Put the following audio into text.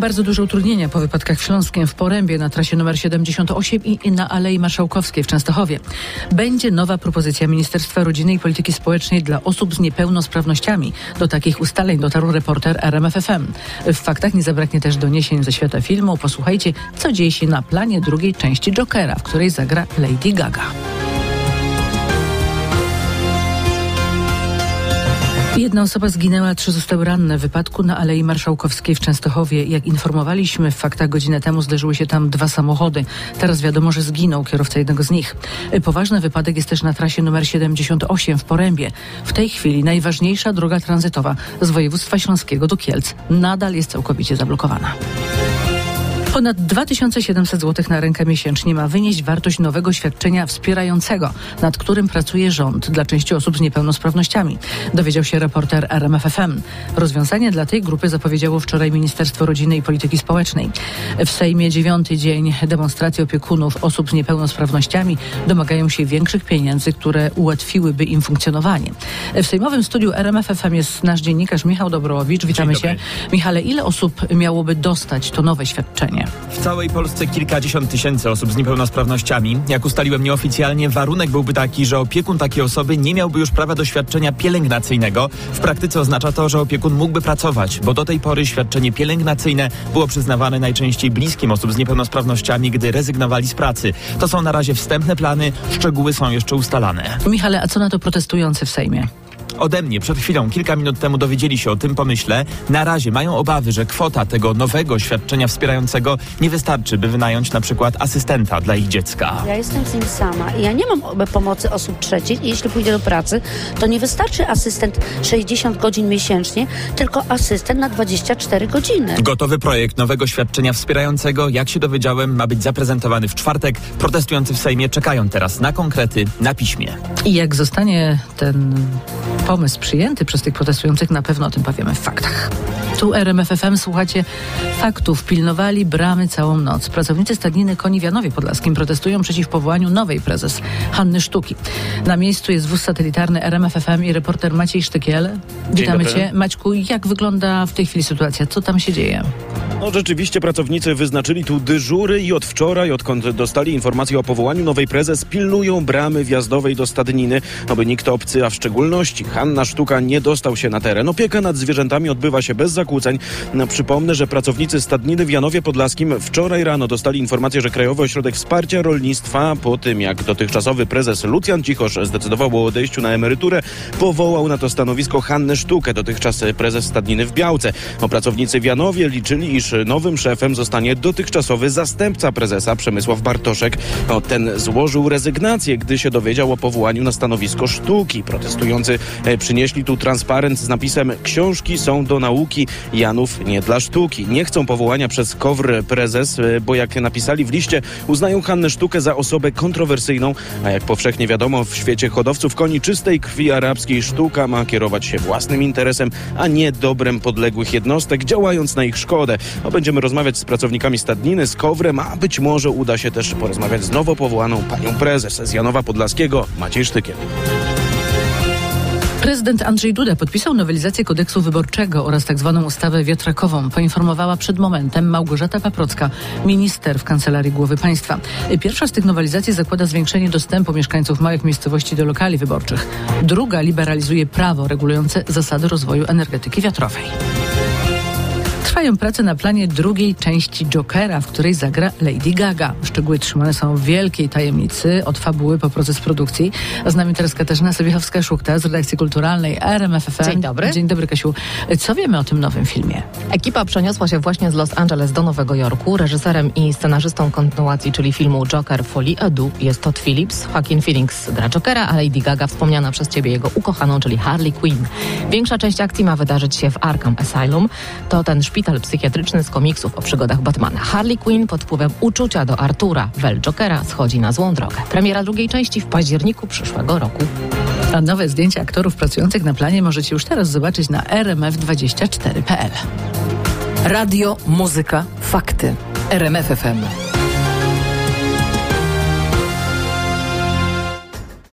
Bardzo duże utrudnienia po wypadkach w Śląskiem, w Porębie, na trasie nr 78 i na Alei Marszałkowskiej w Częstochowie. Będzie nowa propozycja Ministerstwa Rodziny i Polityki Społecznej dla osób z niepełnosprawnościami. Do takich ustaleń dotarł reporter RMF FM. W faktach nie zabraknie też doniesień ze świata filmu. Posłuchajcie, co dzieje się na planie drugiej części Jokera, w której zagra Lady Gaga. Jedna osoba zginęła, 3 zostały ranne w wypadku na Alei Marszałkowskiej w Częstochowie. Jak informowaliśmy w faktach godzinę temu, zderzyły się tam 2 samochody. Teraz wiadomo, że zginął kierowca jednego z nich. Poważny wypadek jest też na trasie nr 78 w Porębie. W tej chwili najważniejsza droga tranzytowa z województwa śląskiego do Kielc nadal jest całkowicie zablokowana. Ponad 2700 zł na rękę miesięcznie ma wynieść wartość nowego świadczenia wspierającego, nad którym pracuje rząd dla części osób z niepełnosprawnościami. Dowiedział się reporter RMF FM. Rozwiązanie dla tej grupy zapowiedziało wczoraj Ministerstwo Rodziny i Polityki Społecznej. W Sejmie 9. dzień demonstracji opiekunów osób z niepełnosprawnościami domagają się większych pieniędzy, które ułatwiłyby im funkcjonowanie. W sejmowym studiu RMF FM jest nasz dziennikarz Michał Dobrowicz. Witamy się. Michale, ile osób miałoby dostać to nowe świadczenie? W całej Polsce kilkadziesiąt tysięcy osób z niepełnosprawnościami. Jak ustaliłem nieoficjalnie, warunek byłby taki, że opiekun takiej osoby nie miałby już prawa do świadczenia pielęgnacyjnego. W praktyce oznacza to, że opiekun mógłby pracować, bo do tej pory świadczenie pielęgnacyjne było przyznawane najczęściej bliskim osób z niepełnosprawnościami, gdy rezygnowali z pracy. To są na razie wstępne plany, szczegóły są jeszcze ustalane. Michale, a co na to protestujący w Sejmie? Ode mnie przed chwilą, kilka minut temu dowiedzieli się o tym pomyśle. Na razie mają obawy, że kwota tego nowego świadczenia wspierającego nie wystarczy, by wynająć na przykład asystenta dla ich dziecka. Ja jestem z nim sama i ja nie mam pomocy osób trzecich i jeśli pójdę do pracy, to nie wystarczy asystent 60 godzin miesięcznie, tylko asystent na 24 godziny. Gotowy projekt nowego świadczenia wspierającego, jak się dowiedziałem, ma być zaprezentowany w czwartek. Protestujący w Sejmie czekają teraz na konkrety na piśmie. I jak zostanie ten pomysł przyjęty przez tych protestujących, na pewno o tym powiemy w faktach. Tu RMF FM, słuchacie faktów. Pilnowali bramy całą noc. Pracownicy stadniny koni w Janowie Podlaskim protestują przeciw powołaniu nowej prezes Hanny Sztuki. Na miejscu jest wóz satelitarny RMF FM i reporter Maciej Sztykiel. Witamy Cię. Maćku, jak wygląda w tej chwili sytuacja? Co tam się dzieje? No rzeczywiście pracownicy wyznaczyli tu dyżury i od wczoraj, odkąd dostali informację o powołaniu nowej prezes, pilnują bramy wjazdowej do stadniny, aby nikt obcy, a w szczególności Hanna Sztuka, nie dostał się na teren. Opieka nad zwierzętami odbywa się bez zakłóceń. Przypomnę, że pracownicy stadniny w Janowie Podlaskim wczoraj rano dostali informację, że Krajowy Ośrodek Wsparcia Rolnictwa, po tym jak dotychczasowy prezes Lucjan Cichosz zdecydował o odejściu na emeryturę, powołał na to stanowisko Hannę Sztukę, dotychczas prezes stadniny w Białce. Pracownicy w Janowie liczyli, iż nowym szefem zostanie dotychczasowy zastępca prezesa Przemysław Bartoszek. Ten złożył rezygnację, gdy się dowiedział o powołaniu na stanowisko Sztuki. Protestujący przynieśli tu transparent z napisem: książki są do nauki, Janów nie dla sztuki. Nie chcą powołania przez KOWR prezes, bo jak napisali w liście, uznają Hannę Sztukę za osobę kontrowersyjną, a jak powszechnie wiadomo, w świecie hodowców koni czystej krwi arabskiej Sztuka ma kierować się własnym interesem, a nie dobrem podległych jednostek, działając na ich szkodę. Będziemy rozmawiać z pracownikami stadniny, z KOWR-em, a być może uda się też porozmawiać z nowo powołaną panią prezes z Janowa Podlaskiego, Maciej Sztykiel. Prezydent Andrzej Duda podpisał nowelizację kodeksu wyborczego oraz tzw. ustawę wiatrakową. Poinformowała przed momentem Małgorzata Paprocka, minister w Kancelarii Głowy Państwa. Pierwsza z tych nowelizacji zakłada zwiększenie dostępu mieszkańców małych miejscowości do lokali wyborczych. Druga liberalizuje prawo regulujące zasady rozwoju energetyki wiatrowej. Trwają prace na planie drugiej części Jokera, w której zagra Lady Gaga. Szczegóły trzymane są w wielkiej tajemnicy, od fabuły po proces produkcji. A z nami teraz Katarzyna Sobiechowska-Szukta z redakcji kulturalnej RMF FM. Dzień dobry. Dzień dobry, Kasiu. Co wiemy o tym nowym filmie? Ekipa przeniosła się właśnie z Los Angeles do Nowego Jorku. Reżyserem i scenarzystą kontynuacji, czyli filmu Joker Folie à Deux, jest Todd Phillips. Joaquin Phoenix gra Jokera, a Lady Gaga wspomniana przez Ciebie jego ukochaną, czyli Harley Quinn. Większa część akcji ma wydarzyć się w Arkham Asylum. To ten szpital psychiatryczny z komiksów o przygodach Batmana. Harley Quinn pod wpływem uczucia do Artura, Vel Jokera, schodzi na złą drogę. Premiera drugiej części w październiku przyszłego roku. A nowe zdjęcia aktorów pracujących na planie możecie już teraz zobaczyć na rmf24.pl. Radio, muzyka, fakty. RMF FM.